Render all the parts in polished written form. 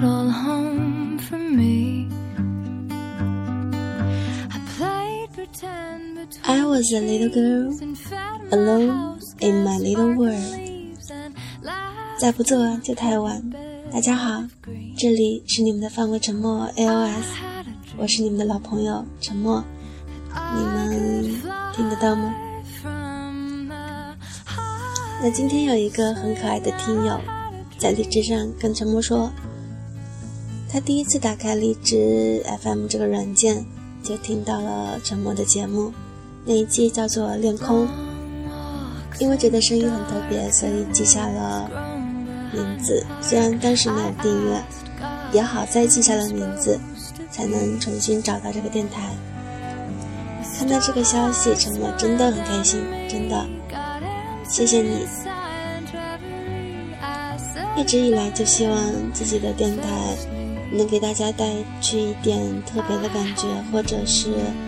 call home for me. I was a little girl, alone in my little world. 再不做就太晚。大家好，这里是你们的范围沉默 AOS， 我是你们的老朋友沉默，你们听得到吗？那今天有一个很可爱的听友在荔枝上跟沉默说，他第一次打开荔枝 FM 这个软件就听到了沉默的节目，那一季叫做恋空，因为觉得声音很特别，所以记下了名字，虽然当时没有订阅，也好在记下了名字才能重新找到这个电台。看到这个消息，沉默真的很开心，真的谢谢你。一直以来就希望自己的电台能给大家带去一点特别的感觉，或者是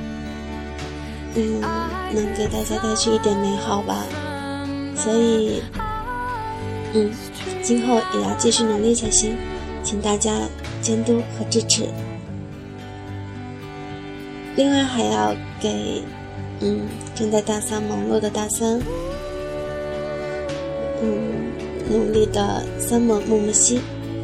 能给大家带去一点美好吧，所以今后也要继续努力才行，请大家监督和支持。另外还要给正在大三忙碌的大三努力的Summer木木西，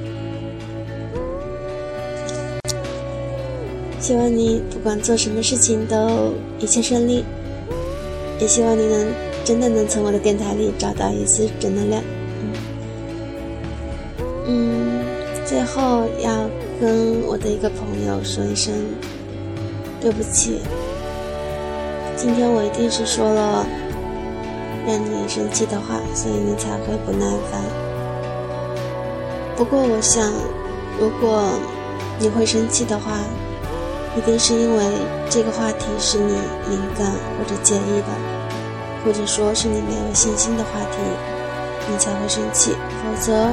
希望你不管做什么事情都一切顺利，也希望你真的能从我的电台里找到一丝正能量。最后要跟我的一个朋友说一声对不起，今天我一定是说了让你生气的话，所以你才会不耐烦。不过我想，如果你会生气的话，一定是因为这个话题是你敏感或者介意的，或者说是你没有信心的话题，你才会生气。否则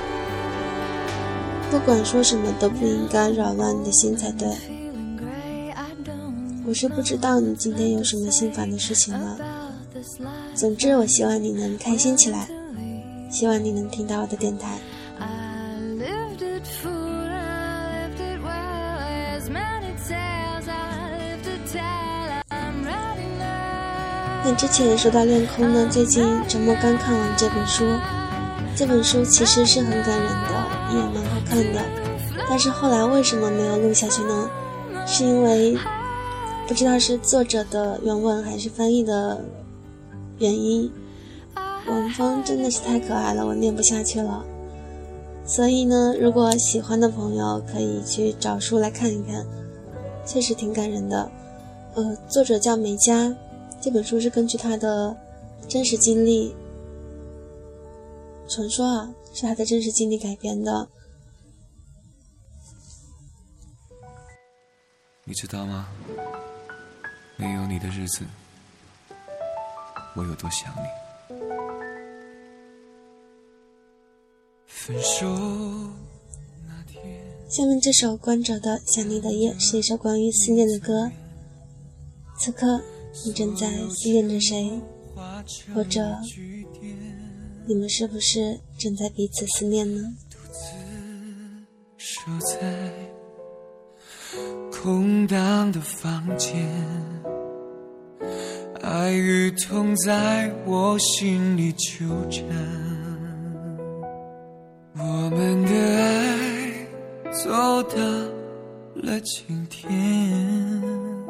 不管说什么都不应该扰乱你的心才对。我是不知道你今天有什么心烦的事情了，总之我希望你能开心起来，希望你能听到我的电台。那之前说到恋空呢，最近沉默刚看完这本书，这本书其实是很感人的，也蛮好看的，但是后来为什么没有录下去呢？是因为不知道是作者的原文还是翻译的原因，文风真的是太可爱了，我念不下去了。所以呢，如果喜欢的朋友可以去找书来看一看，确实挺感人的。作者叫梅佳，这本书是根据他的真实经历，传说是他的真实经历改编的。 你知道吗？没有你的日子，我有多想你。分手那天， 下面这首关喆的《想你的夜》是一首关于思念的歌。此刻你正在思念着谁，或者你们是不是正在彼此思念呢？ 独自守在空荡的房间，爱与痛在我心里纠缠，我们的爱走到了今天，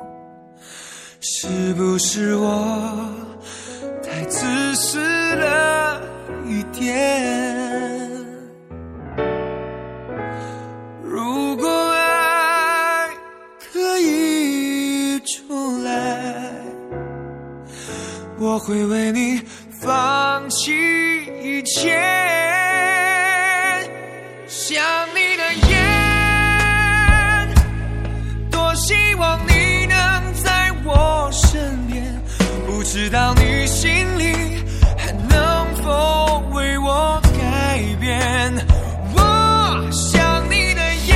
是不是我太自私了一点？如果爱可以重来，我会为你放弃一切。想你的夜，多希望你能在我身边，不知道你心里还能否为我改变。我想你的夜，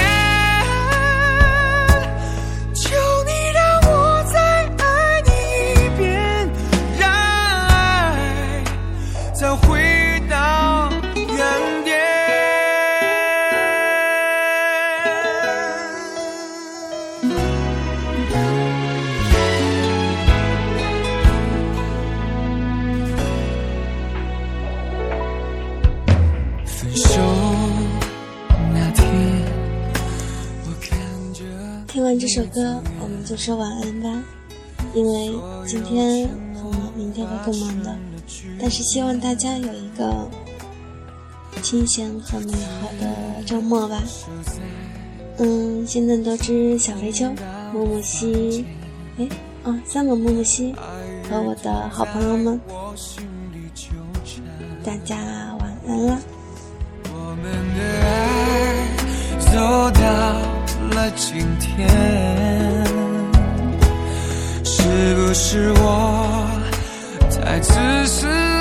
求你让我再爱你一遍，让爱再回到原点。 听完这首歌我们就说晚安吧，因为今天很忙，明天会更忙的，但是希望大家有一个清闲和美好的周末吧。现在都知小肥秋、木木西三个木木西和我的好朋友们，大家晚安啦。 我们的爱走到了今天，是不是我太自私